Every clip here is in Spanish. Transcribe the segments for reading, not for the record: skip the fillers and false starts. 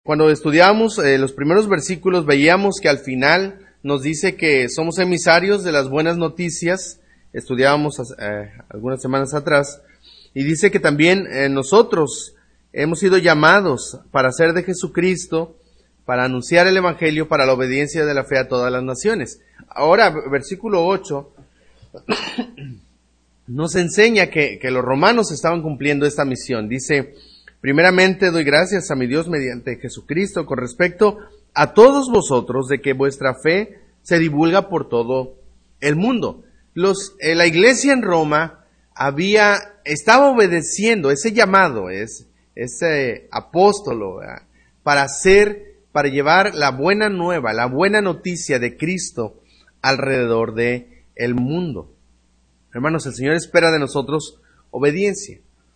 Cuando estudiábamos los primeros versículos, veíamos que al final nos dice que somos emisarios de las buenas noticias. Estudiábamos algunas semanas atrás. Y dice que también nosotros hemos sido llamados para ser de Jesucristo, para anunciar el Evangelio, para la obediencia de la fe a todas las naciones. Ahora, versículo 8, nos enseña que los romanos estaban cumpliendo esta misión. Dice: primeramente doy gracias a mi Dios mediante Jesucristo con respecto a todos vosotros de que vuestra fe se divulga por todo el mundo. La iglesia en Roma estaba obedeciendo ese llamado, ese apóstolo, para llevar la buena nueva, la buena noticia de Cristo alrededor de el mundo. Hermanos, el Señor espera de nosotros obediencia.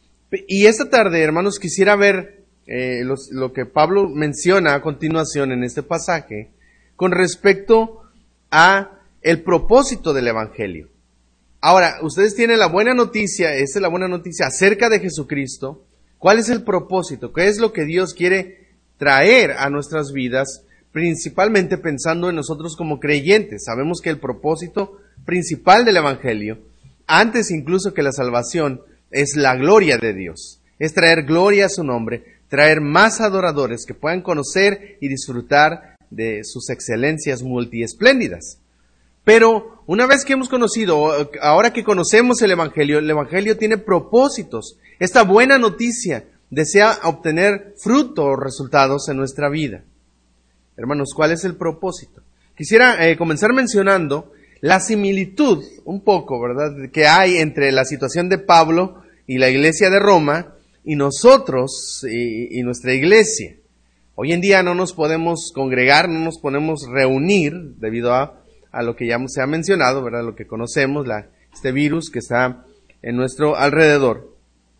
Y esta tarde, hermanos, quisiera ver lo que Pablo menciona a continuación en este pasaje con respecto a el propósito del Evangelio. Ahora, ustedes tienen la buena noticia, esta es la buena noticia acerca de Jesucristo. ¿Cuál es el propósito? ¿Qué es lo que Dios quiere traer a nuestras vidas? Principalmente pensando en nosotros como creyentes. Sabemos que el propósito principal del Evangelio, antes incluso que la salvación, es la gloria de Dios. Es traer gloria a su nombre, traer más adoradores que puedan conocer y disfrutar de sus excelencias multiespléndidas. Pero una vez que hemos conocido, ahora que conocemos el Evangelio tiene propósitos. Esta buena noticia desea obtener fruto o resultados en nuestra vida. Hermanos, ¿cuál es el propósito? Quisiera comenzar mencionando la similitud, un poco, ¿verdad?, que hay entre la situación de Pablo y la iglesia de Roma y nosotros y nuestra iglesia. Hoy en día no nos podemos congregar, no nos podemos reunir debido a lo que ya se ha mencionado, ¿verdad?, lo que conocemos, este virus que está en nuestro alrededor.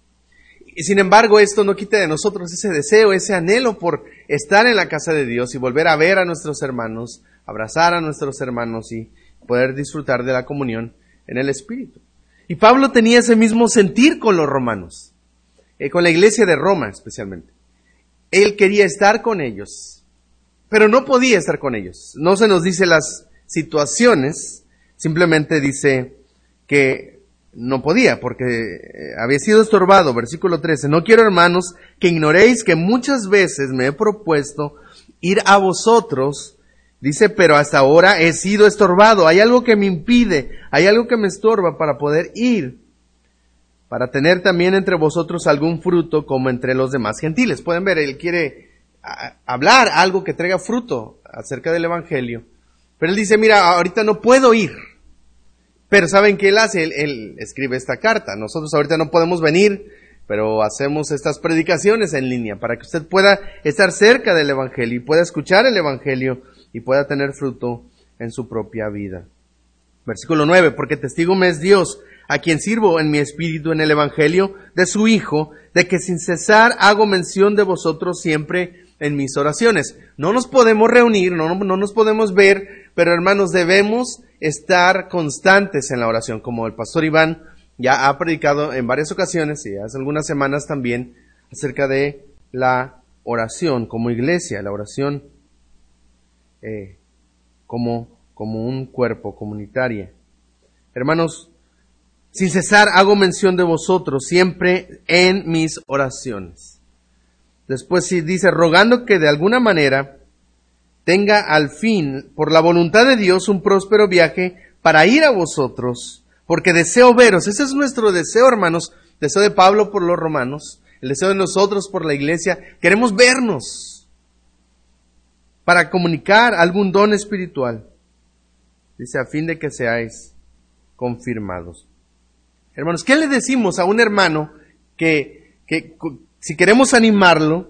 Y sin embargo, esto no quita de nosotros ese deseo, ese anhelo por estar en la casa de Dios y volver a ver a nuestros hermanos, abrazar a nuestros hermanos y poder disfrutar de la comunión en el Espíritu. Y Pablo tenía ese mismo sentir con los romanos, con la iglesia de Roma especialmente. Él quería estar con ellos, pero no podía estar con ellos. No se nos dice las situaciones, simplemente dice que no podía porque había sido estorbado. Versículo 13, no quiero, hermanos, que ignoréis que muchas veces me he propuesto ir a vosotros, dice, pero hasta ahora he sido estorbado. Hay algo que me impide, hay algo que me estorba para poder ir, para tener también entre vosotros algún fruto como entre los demás gentiles. Pueden ver, él quiere hablar algo que traiga fruto acerca del Evangelio. Pero él dice, mira, ahorita no puedo ir. Pero ¿saben qué él hace? Él escribe esta carta. Nosotros ahorita no podemos venir, pero hacemos estas predicaciones en línea para que usted pueda estar cerca del Evangelio y pueda escuchar el Evangelio y pueda tener fruto en su propia vida. Versículo 9, porque testigo me es Dios, a quien sirvo en mi espíritu en el Evangelio de su Hijo, de que sin cesar hago mención de vosotros siempre en mis oraciones. No nos podemos reunir, no nos podemos ver, pero hermanos, debemos estar constantes en la oración, como el pastor Iván ya ha predicado en varias ocasiones y hace algunas semanas también acerca de la oración como iglesia, la oración como un cuerpo comunitaria. Hermanos, sin cesar hago mención de vosotros siempre en mis oraciones. Después sí dice, rogando que de alguna manera tenga al fin, por la voluntad de Dios, un próspero viaje para ir a vosotros, porque deseo veros. Ese es nuestro deseo, hermanos, deseo de Pablo por los romanos, el deseo de nosotros por la iglesia. Queremos vernos para comunicar algún don espiritual. Dice, a fin de que seáis confirmados. Hermanos, ¿qué le decimos a un hermano que si queremos animarlo,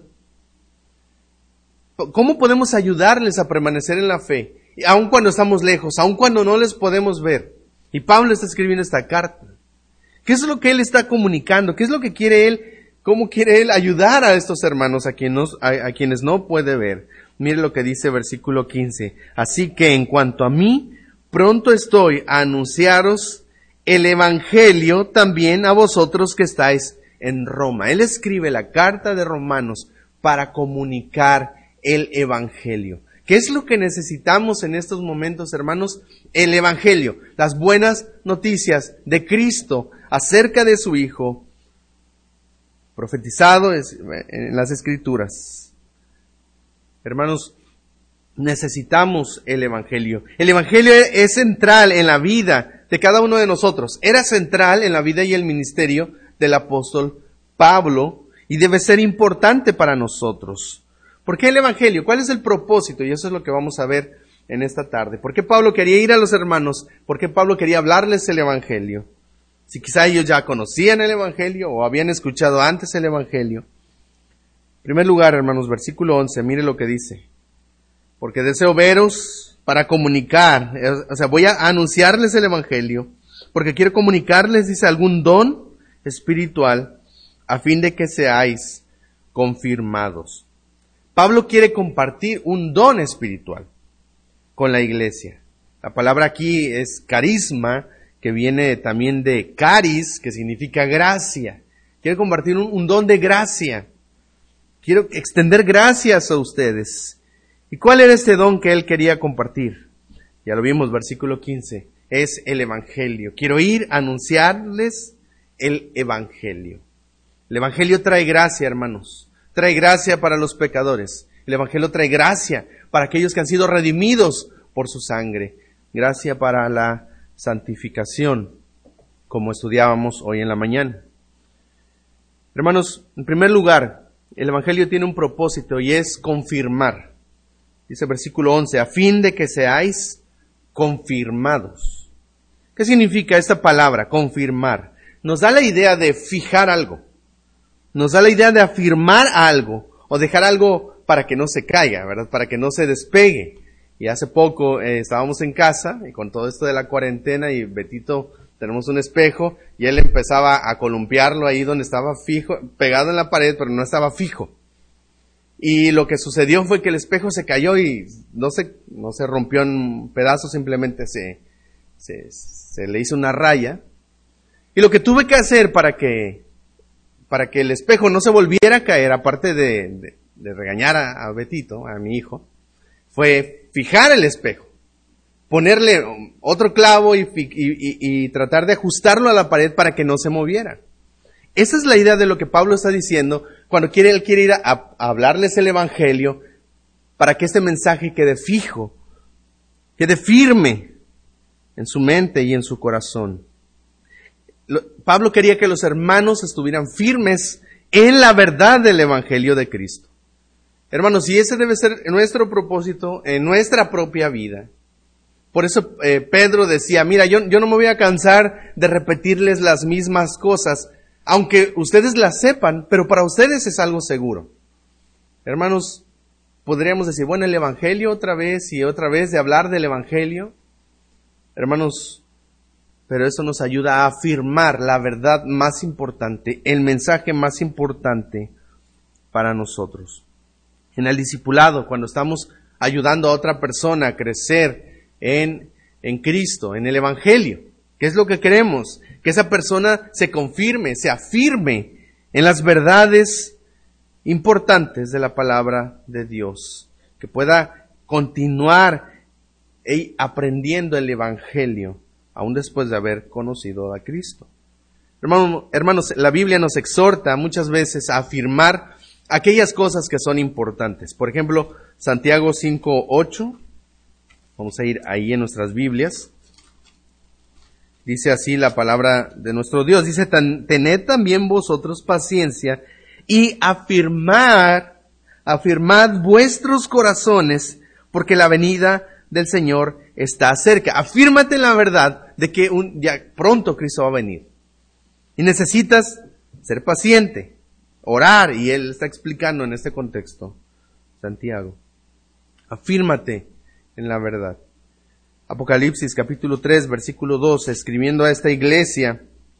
cómo podemos ayudarles a permanecer en la fe, aun cuando estamos lejos, aun cuando no les podemos ver? Y Pablo está escribiendo esta carta. ¿Qué es lo que él está comunicando? ¿Qué es lo que quiere él? ¿Cómo quiere él ayudar a estos hermanos a quienes no puede ver? Mire lo que dice versículo 15. Así que en cuanto a mí, pronto estoy a anunciaros el Evangelio también a vosotros que estáis en Roma. Él escribe la carta de Romanos para comunicar el Evangelio. ¿Qué es lo que necesitamos en estos momentos, hermanos? El Evangelio, las buenas noticias de Cristo acerca de su Hijo, profetizado en las Escrituras. Hermanos, necesitamos el Evangelio. El Evangelio es central en la vida de cada uno de nosotros. Era central en la vida y el ministerio del apóstol Pablo y debe ser importante para nosotros. ¿Por qué el Evangelio? ¿Cuál es el propósito? Y eso es lo que vamos a ver en esta tarde. ¿Por qué Pablo quería ir a los hermanos? ¿Por qué Pablo quería hablarles el Evangelio? Si quizá ellos ya conocían el Evangelio o habían escuchado antes el Evangelio. En primer lugar, hermanos, versículo 11, mire lo que dice. Porque deseo veros para comunicar, o sea, voy a anunciarles el Evangelio, porque quiero comunicarles, dice, algún don espiritual, a fin de que seáis confirmados. Pablo quiere compartir un don espiritual con la iglesia. La palabra aquí es carisma, que viene también de caris, que significa gracia. Quiere compartir un don de gracia. Quiero extender gracias a ustedes. ¿Y cuál era este don que él quería compartir? Ya lo vimos, versículo 15. Es el Evangelio. Quiero ir a anunciarles el Evangelio. El Evangelio trae gracia, hermanos. Trae gracia para los pecadores. El Evangelio trae gracia para aquellos que han sido redimidos por su sangre. Gracia para la santificación, como estudiábamos hoy en la mañana. Hermanos, en primer lugar, el Evangelio tiene un propósito y es confirmar. Dice versículo 11, a fin de que seáis confirmados. ¿Qué significa esta palabra, confirmar? Nos da la idea de fijar algo. Nos da la idea de afirmar algo o dejar algo para que no se caiga, ¿verdad? Para que no se despegue. Y hace poco estábamos en casa y con todo esto de la cuarentena y Betito, tenemos un espejo y él empezaba a columpiarlo ahí donde estaba fijo, pegado en la pared, pero no estaba fijo. Y lo que sucedió fue que el espejo se cayó y no se rompió en pedazos, simplemente se le hizo una raya. Y lo que tuve que hacer para que el espejo no se volviera a caer, aparte de regañar a Betito, a mi hijo, fue fijar el espejo, ponerle otro clavo y tratar de ajustarlo a la pared para que no se moviera. Esa es la idea de lo que Pablo está diciendo cuando él quiere ir a hablarles el Evangelio para que este mensaje quede fijo, quede firme en su mente y en su corazón. Pablo quería que los hermanos estuvieran firmes en la verdad del Evangelio de Cristo. Hermanos, y ese debe ser nuestro propósito en nuestra propia vida. Por eso Pedro decía, mira, yo no me voy a cansar de repetirles las mismas cosas, aunque ustedes las sepan, pero para ustedes es algo seguro. Hermanos, podríamos decir, bueno, el Evangelio otra vez y otra vez de hablar del Evangelio. Hermanos, pero eso nos ayuda a afirmar la verdad más importante, el mensaje más importante para nosotros. En el discipulado, cuando estamos ayudando a otra persona a crecer en Cristo, en el Evangelio, ¿qué es lo que queremos? Que esa persona se confirme, se afirme en las verdades importantes de la palabra de Dios, que pueda continuar aprendiendo el Evangelio, aún después de haber conocido a Cristo. Hermanos, la Biblia nos exhorta muchas veces a afirmar aquellas cosas que son importantes. Por ejemplo, Santiago 5:8, vamos a ir ahí en nuestras Biblias. Dice así la palabra de nuestro Dios, dice, tened también vosotros paciencia y afirmad vuestros corazones, porque la venida del Señor está cerca. Afírmate en la verdad de que ya pronto Cristo va a venir. Y necesitas ser paciente, orar, y él está explicando en este contexto, Santiago. Afírmate en la verdad. Apocalipsis capítulo 3, versículo 2, escribiendo a esta iglesia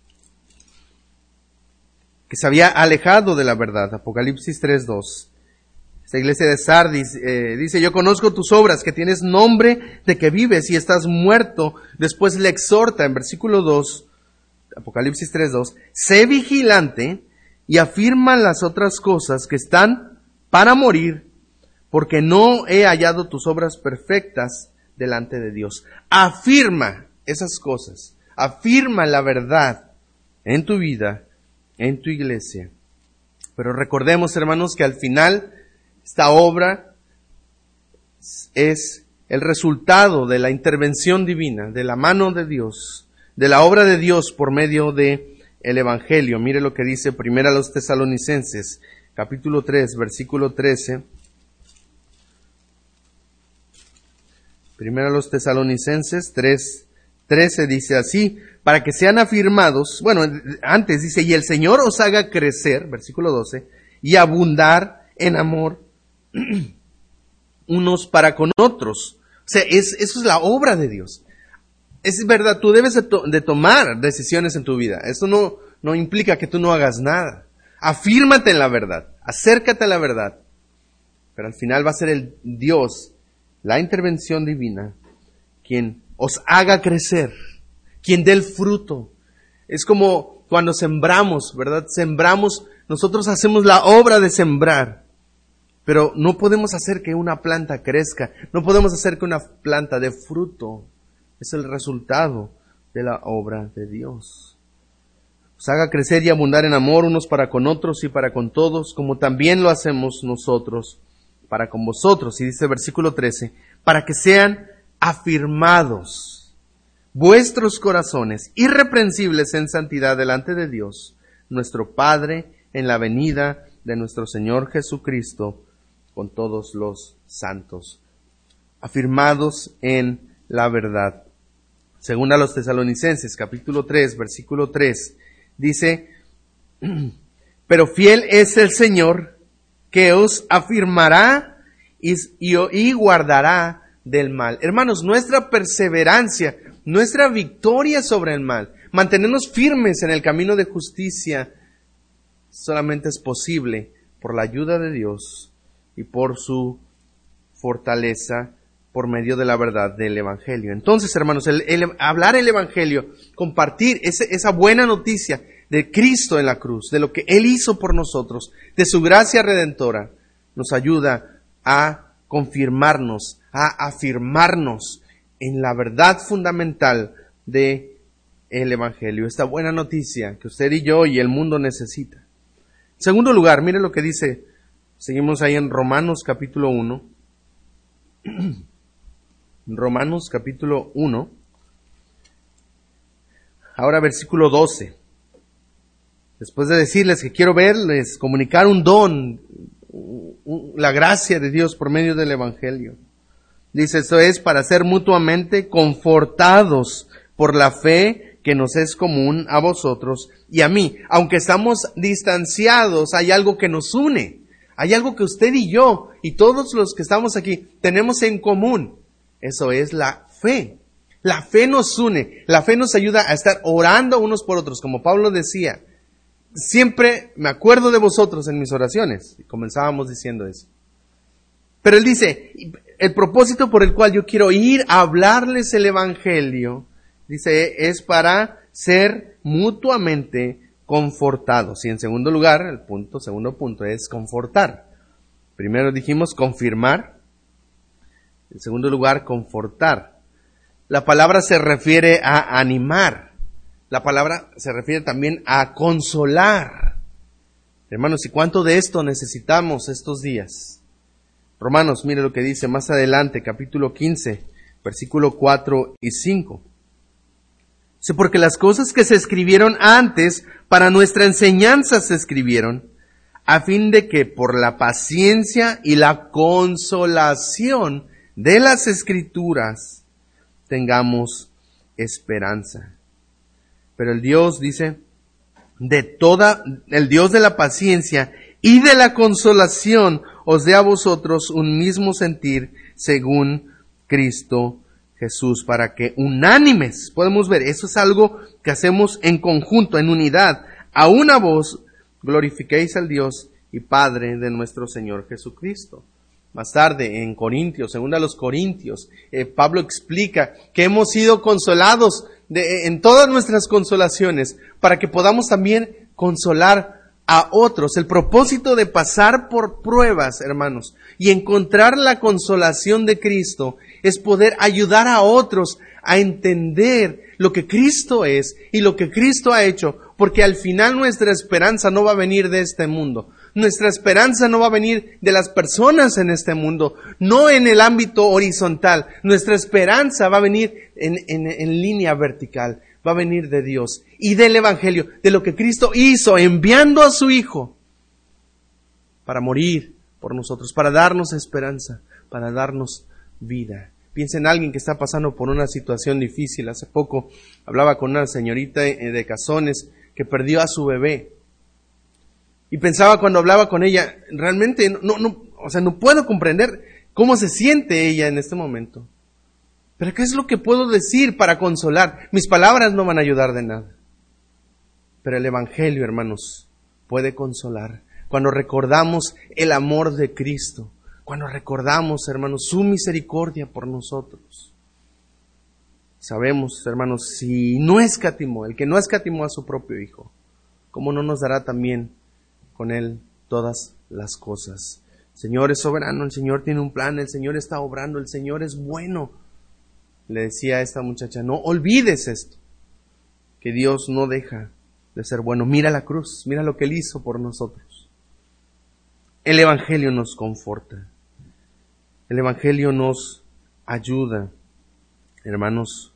que se había alejado de la verdad. Apocalipsis 3, 2. Esta iglesia de Sardis dice, yo conozco tus obras, que tienes nombre de que vives y estás muerto. Después le exhorta en versículo 2, Apocalipsis 3, 2, sé vigilante y afirma las otras cosas que están para morir, porque no he hallado tus obras perfectas delante de Dios. Afirma esas cosas, afirma la verdad en tu vida, en tu iglesia. Pero recordemos, hermanos, que al final esta obra es el resultado de la intervención divina, de la mano de Dios, de la obra de Dios por medio de el Evangelio. Mire lo que dice primero a los Tesalonicenses, capítulo 3, versículo 13. Primero a los Tesalonicenses 3:13 dice así: para que sean afirmados, bueno, antes dice, y el Señor os haga crecer, versículo 12, y abundar en amor unos para con otros. O sea, eso es la obra de Dios. Es verdad, tú debes de tomar decisiones en tu vida. Eso no implica que tú no hagas nada. Afírmate en la verdad, acércate a la verdad. Pero al final va a ser el Dios, la intervención divina, quien os haga crecer, quien dé el fruto. Es como cuando sembramos, ¿verdad? Sembramos, nosotros hacemos la obra de sembrar, pero no podemos hacer que una planta crezca, no podemos hacer que una planta dé fruto. Es el resultado de la obra de Dios. Os haga crecer y abundar en amor unos para con otros y para con todos, como también lo hacemos nosotros para con vosotros. Y dice versículo 13, para que sean afirmados vuestros corazones irreprensibles en santidad delante de Dios, nuestro Padre, en la venida de nuestro Señor Jesucristo, con todos los santos. Afirmados en la verdad. Según a los Tesalonicenses, capítulo 3, versículo 3, dice, pero fiel es el Señor, que os afirmará y guardará del mal. Hermanos, nuestra perseverancia, nuestra victoria sobre el mal, mantenernos firmes en el camino de justicia, solamente es posible por la ayuda de Dios y por su fortaleza por medio de la verdad del Evangelio. Entonces, hermanos, el hablar el Evangelio, compartir esa buena noticia de Cristo en la cruz, de lo que Él hizo por nosotros, de su gracia redentora, nos ayuda a confirmarnos, a afirmarnos en la verdad fundamental de el Evangelio, esta buena noticia que usted y yo y el mundo necesita. En segundo lugar, miren lo que dice, seguimos ahí en Romanos capítulo 1, Romanos capítulo 1, ahora versículo 12. Después de decirles que quiero verles comunicar un don, la gracia de Dios por medio del Evangelio. Dice, esto es para ser mutuamente confortados por la fe que nos es común a vosotros y a mí. Aunque estamos distanciados, hay algo que nos une. Hay algo que usted y yo y todos los que estamos aquí tenemos en común. Eso es la fe. La fe nos une. La fe nos ayuda a estar orando unos por otros. Como Pablo decía, siempre me acuerdo de vosotros en mis oraciones. Y comenzábamos diciendo eso. Pero él dice, el propósito por el cual yo quiero ir a hablarles el Evangelio, dice, es para ser mutuamente confortados. Y en segundo lugar, segundo punto es confortar. Primero dijimos confirmar. En segundo lugar, confortar. La palabra se refiere a animar. La palabra se refiere también a consolar. Hermanos, ¿y cuánto de esto necesitamos estos días? Romanos, mire lo que dice más adelante, capítulo 15, versículo 4 y 5. Dice, porque las cosas que se escribieron antes para nuestra enseñanza se escribieron, a fin de que por la paciencia y la consolación de las Escrituras tengamos esperanza. Pero el Dios, dice, el Dios de la paciencia y de la consolación os dé a vosotros un mismo sentir según Cristo Jesús, para que unánimes, podemos ver, eso es algo que hacemos en conjunto, en unidad, a una voz glorifiquéis al Dios y Padre de nuestro Señor Jesucristo. Más tarde, en Corintios, segunda a los Corintios, Pablo explica que hemos sido consolados en todas nuestras consolaciones para que podamos también consolar a otros. El propósito de pasar por pruebas, hermanos, y encontrar la consolación de Cristo es poder ayudar a otros a entender lo que Cristo es y lo que Cristo ha hecho, porque al final nuestra esperanza no va a venir de este mundo. Nuestra esperanza no va a venir de las personas en este mundo, no en el ámbito horizontal. Nuestra esperanza va a venir en línea vertical, va a venir de Dios y del Evangelio, de lo que Cristo hizo enviando a su Hijo para morir por nosotros, para darnos esperanza, para darnos vida. Piensa en alguien que está pasando por una situación difícil. Hace poco hablaba con una señorita de Cazones que perdió a su bebé. Y pensaba cuando hablaba con ella, realmente no puedo comprender cómo se siente ella en este momento. Pero ¿qué es lo que puedo decir para consolar? Mis palabras no van a ayudar de nada. Pero el Evangelio, hermanos, puede consolar. Cuando recordamos el amor de Cristo, cuando recordamos, hermanos, su misericordia por nosotros. Sabemos, hermanos, si no escatimó, el que no escatimó a su propio Hijo, ¿cómo no nos dará también con Él todas las cosas? El Señor es soberano, el Señor tiene un plan, el Señor está obrando, el Señor es bueno. Le decía a esta muchacha, no olvides esto, que Dios no deja de ser bueno. Mira la cruz, mira lo que Él hizo por nosotros. El Evangelio nos conforta. El Evangelio nos ayuda, hermanos,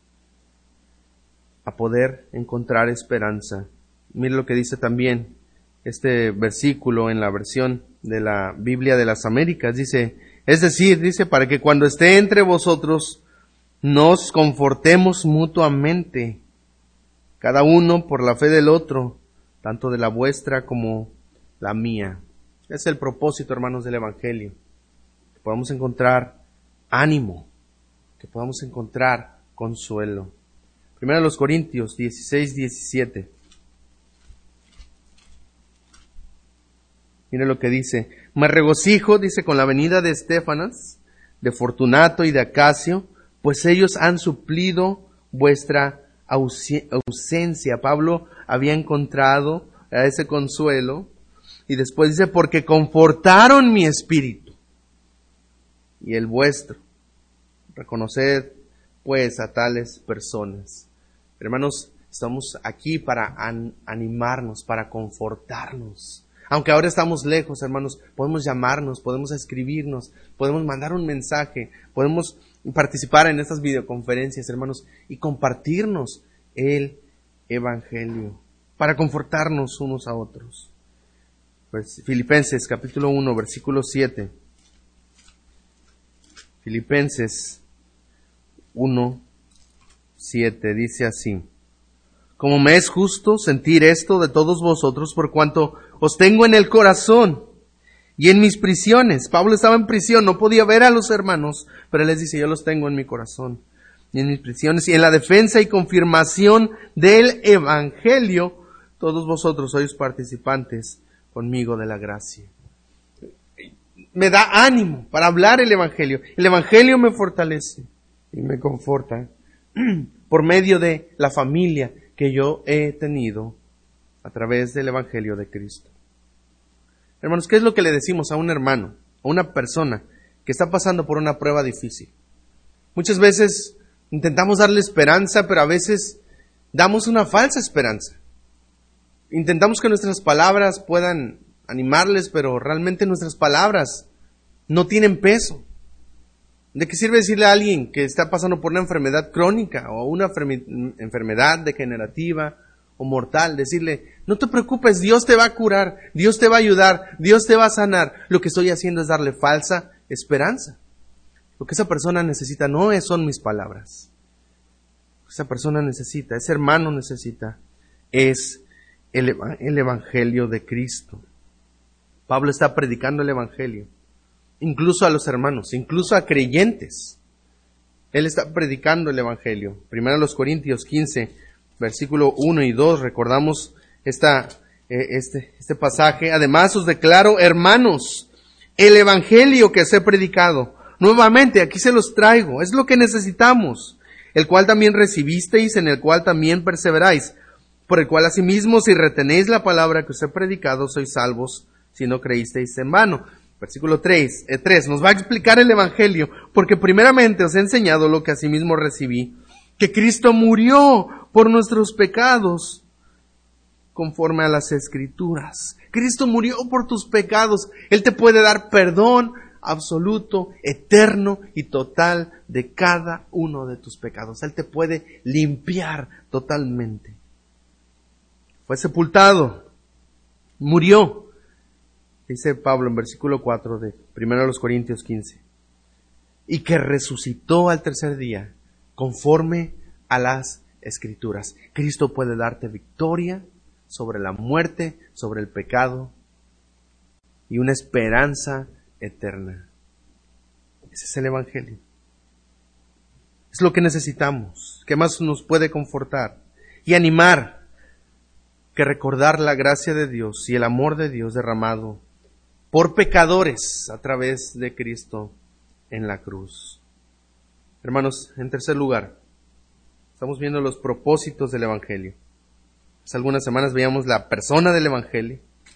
a poder encontrar esperanza. Mire lo que dice también este versículo en la versión de la Biblia de las Américas. Dice, dice, para que cuando esté entre vosotros nos confortemos mutuamente, cada uno por la fe del otro, tanto de la vuestra como la mía. Es el propósito, hermanos, del Evangelio. Que podamos encontrar ánimo, que podamos encontrar consuelo. Primero los Corintios 16-17. Mire lo que dice. Me regocijo, dice, con la venida de Estéfanas, de Fortunato y de Acacio, pues ellos han suplido vuestra ausencia. Pablo había encontrado a ese consuelo. Y después dice, porque confortaron mi espíritu y el vuestro. Reconoced pues a tales personas. Hermanos, estamos aquí para animarnos, para confortarnos. Aunque ahora estamos lejos, hermanos, podemos llamarnos, podemos escribirnos, podemos mandar un mensaje, podemos participar en estas videoconferencias, hermanos, y compartirnos el Evangelio para confortarnos unos a otros. Filipenses capítulo 1, versículo 7. Filipenses 1, 7 dice así. Como me es justo sentir esto de todos vosotros por cuanto os tengo en el corazón y en mis prisiones. Pablo estaba en prisión, no podía ver a los hermanos, pero él les dice, yo los tengo en mi corazón y en mis prisiones y en la defensa y confirmación del Evangelio. Todos vosotros sois participantes conmigo de la gracia. Me da ánimo para hablar el Evangelio. El Evangelio me fortalece y me conforta por medio de la familia que yo he tenido a través del Evangelio de Cristo. Hermanos, ¿qué es lo que le decimos a un hermano, a una persona que está pasando por una prueba difícil? Muchas veces intentamos darle esperanza, pero a veces damos una falsa esperanza. Intentamos que nuestras palabras puedan animarles, pero realmente nuestras palabras no tienen peso. ¿De qué sirve decirle a alguien que está pasando por una enfermedad crónica o una enfermedad degenerativa o mortal? Decirle, no te preocupes, Dios te va a curar, Dios te va a ayudar, Dios te va a sanar. Lo que estoy haciendo es darle falsa esperanza. Lo que esa persona necesita no son mis palabras. Lo que esa persona necesita, ese hermano necesita, es el Evangelio de Cristo. Pablo está predicando el Evangelio, incluso a los hermanos, incluso a creyentes. Él está predicando el Evangelio. Primero los Corintios 15, versículo 1 y 2, recordamos este pasaje. Además os declaro, hermanos, el Evangelio que os he predicado. Nuevamente, aquí se los traigo, es lo que necesitamos, el cual también recibisteis, en el cual también perseveráis, por el cual asimismo si retenéis la palabra que os he predicado, sois salvos, si no creísteis en vano. Versículo 3 nos va a explicar el Evangelio, porque primeramente os he enseñado lo que asimismo recibí, que Cristo murió por nuestros pecados, conforme a las Escrituras. Cristo murió por tus pecados. Él te puede dar perdón absoluto, eterno y total de cada uno de tus pecados. Él te puede limpiar totalmente. Fue sepultado, murió, dice Pablo en versículo 4 de 1 Corintios 15, y que resucitó al tercer día, conforme a las Escrituras. Cristo puede darte victoria sobre la muerte, sobre el pecado y una esperanza eterna. Ese es el Evangelio. Es lo que necesitamos. ¿Qué más nos puede confortar y animar que recordar la gracia de Dios y el amor de Dios derramado por pecadores a través de Cristo en la cruz? Hermanos, en tercer lugar, estamos viendo los propósitos del Evangelio. Hace algunas semanas veíamos la persona del Evangelio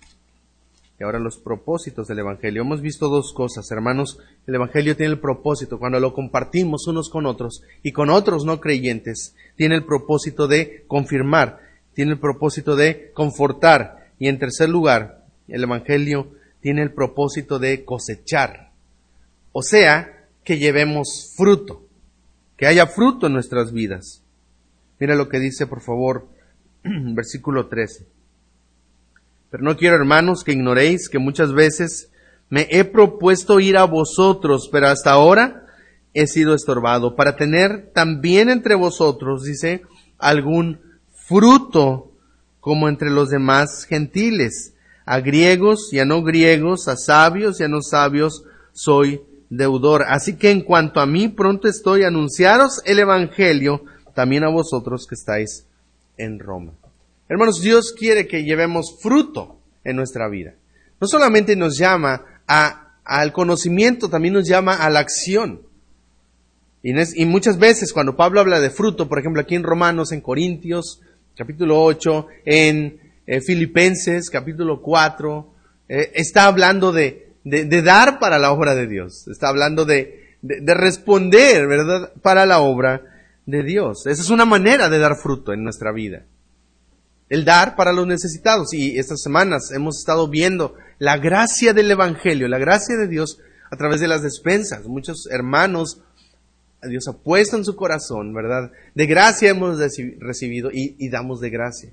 y ahora los propósitos del Evangelio. Hemos visto dos cosas, hermanos. El Evangelio tiene el propósito, cuando lo compartimos unos con otros y con otros no creyentes, tiene el propósito de confirmar, tiene el propósito de confortar. Y en tercer lugar, el Evangelio tiene el propósito de cosechar. O sea, que llevemos fruto, que haya fruto en nuestras vidas. Mira lo que dice, por favor, versículo 13. Pero no quiero, hermanos, que ignoréis que muchas veces me he propuesto ir a vosotros, pero hasta ahora he sido estorbado, para tener también entre vosotros, dice, algún fruto como entre los demás gentiles. A griegos y a no griegos, a sabios y a no sabios, soy deudor. Así que en cuanto a mí, pronto estoy a anunciaros el Evangelio, también a vosotros que estáis en Roma. Hermanos, Dios quiere que llevemos fruto en nuestra vida. No solamente nos llama al conocimiento, también nos llama a la acción. Y muchas veces cuando Pablo habla de fruto, por ejemplo aquí en Romanos, en Corintios, capítulo 8, en Filipenses, capítulo 4, está hablando de dar para la obra de Dios. Está hablando de responder, ¿verdad?, para la obra de Dios. Esa es una manera de dar fruto en nuestra vida. El dar para los necesitados. Y estas semanas hemos estado viendo la gracia del Evangelio, la gracia de Dios a través de las despensas. Muchos hermanos, Dios ha puesto en su corazón, ¿verdad? De gracia hemos recibido y damos de gracia.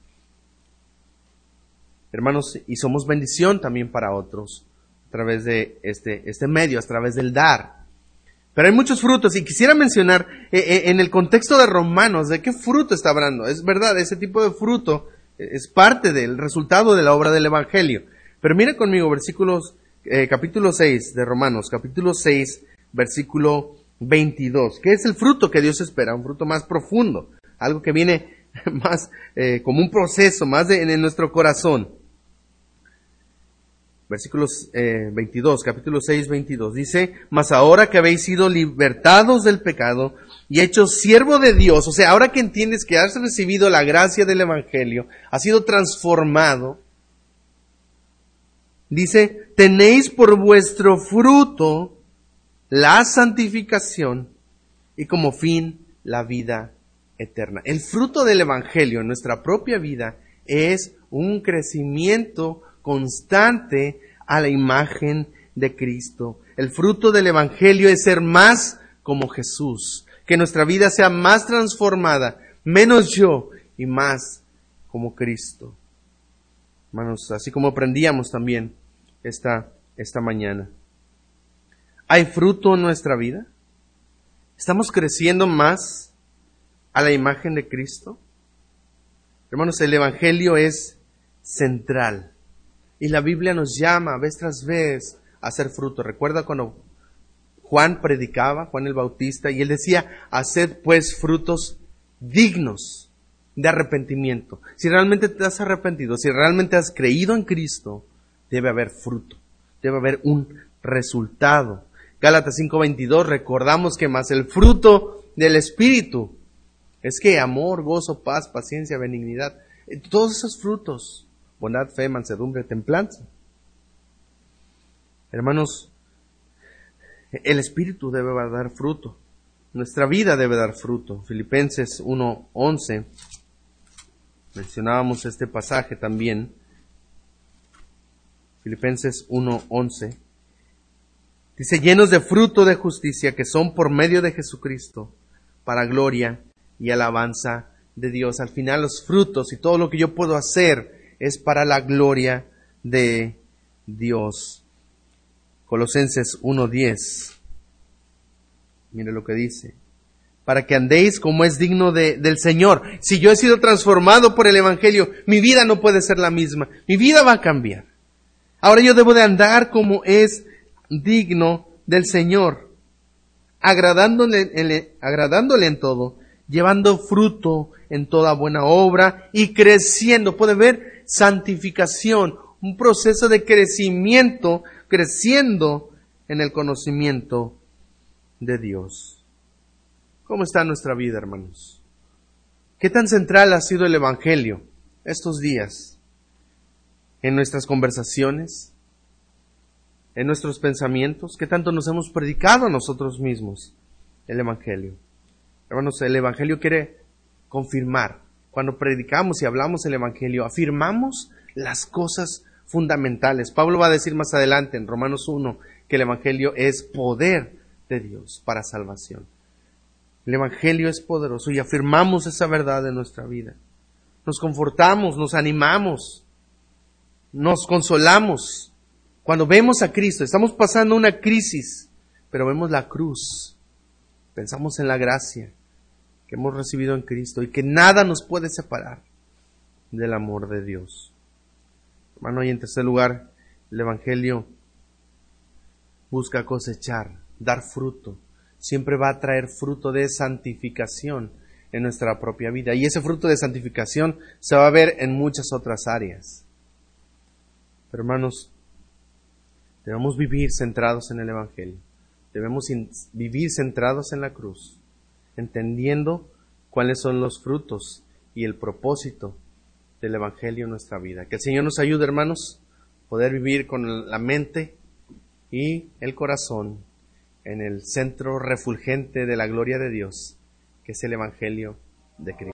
Hermanos, y somos bendición también para otros a través de este medio, a través del dar. Pero hay muchos frutos y quisiera mencionar en el contexto de Romanos de qué fruto está hablando. Es verdad, ese tipo de fruto es parte del resultado de la obra del Evangelio. Pero mira conmigo capítulo 6 de Romanos, capítulo 6, versículo 22. ¿Qué es el fruto que Dios espera? Un fruto más profundo, algo que viene más como un proceso, más en nuestro corazón. Versículos 22, capítulo 6, 22, dice, mas ahora que habéis sido libertados del pecado y hechos siervo de Dios, o sea, ahora que entiendes que has recibido la gracia del Evangelio, has sido transformado, dice, tenéis por vuestro fruto la santificación y como fin la vida eterna. El fruto del Evangelio en nuestra propia vida es un crecimiento constante a la imagen de Cristo. El fruto del Evangelio es ser más como Jesús, que nuestra vida sea más transformada, menos yo y más como Cristo. Hermanos, así como aprendíamos también esta mañana. ¿Hay fruto en nuestra vida? ¿Estamos creciendo más a la imagen de Cristo? Hermanos, el Evangelio es central. Y la Biblia nos llama vez tras vez a hacer fruto. Recuerda cuando Juan predicaba, Juan el Bautista, y él decía, haced pues frutos dignos de arrepentimiento. Si realmente te has arrepentido, si realmente has creído en Cristo, debe haber fruto, debe haber un resultado. Gálatas 5:22, recordamos que más el fruto del Espíritu es que amor, gozo, paz, paciencia, benignidad. Todos esos frutos, bondad, fe, mansedumbre, templanza. Hermanos, el Espíritu debe dar fruto. Nuestra vida debe dar fruto. Filipenses 1:11. Mencionábamos este pasaje también. Filipenses 1:11. Dice, llenos de fruto de justicia que son por medio de Jesucristo, para gloria y alabanza de Dios. Al final los frutos y todo lo que yo puedo hacer es para la gloria de Dios. Colosenses 1:10. Mire lo que dice. Para que andéis como es digno del Señor. Si yo he sido transformado por el Evangelio, mi vida no puede ser la misma. Mi vida va a cambiar. Ahora yo debo de andar como es digno del Señor, agradándole en todo, llevando fruto en toda buena obra y creciendo. Puede ver santificación, un proceso de crecimiento, creciendo en el conocimiento de Dios. ¿Cómo está nuestra vida, hermanos? ¿Qué tan central ha sido el Evangelio estos días en nuestras conversaciones, en nuestros pensamientos? ¿Qué tanto nos hemos predicado a nosotros mismos el Evangelio? Hermanos, el Evangelio quiere confirmar. Cuando predicamos y hablamos el Evangelio, afirmamos las cosas fundamentales. Pablo va a decir más adelante en Romanos 1 que el Evangelio es poder de Dios para salvación. El Evangelio es poderoso y afirmamos esa verdad en nuestra vida. Nos confortamos, nos animamos, nos consolamos. Cuando vemos a Cristo, estamos pasando una crisis, pero vemos la cruz. Pensamos en la gracia que hemos recibido en Cristo y que nada nos puede separar del amor de Dios. Hermano, y en tercer lugar, el Evangelio busca cosechar, dar fruto. Siempre va a traer fruto de santificación en nuestra propia vida. Y ese fruto de santificación se va a ver en muchas otras áreas. Pero hermanos, debemos vivir centrados en el Evangelio. Debemos vivir centrados en la cruz, entendiendo cuáles son los frutos y el propósito del Evangelio en nuestra vida. Que el Señor nos ayude, hermanos, poder vivir con la mente y el corazón en el centro refulgente de la gloria de Dios, que es el Evangelio de Cristo.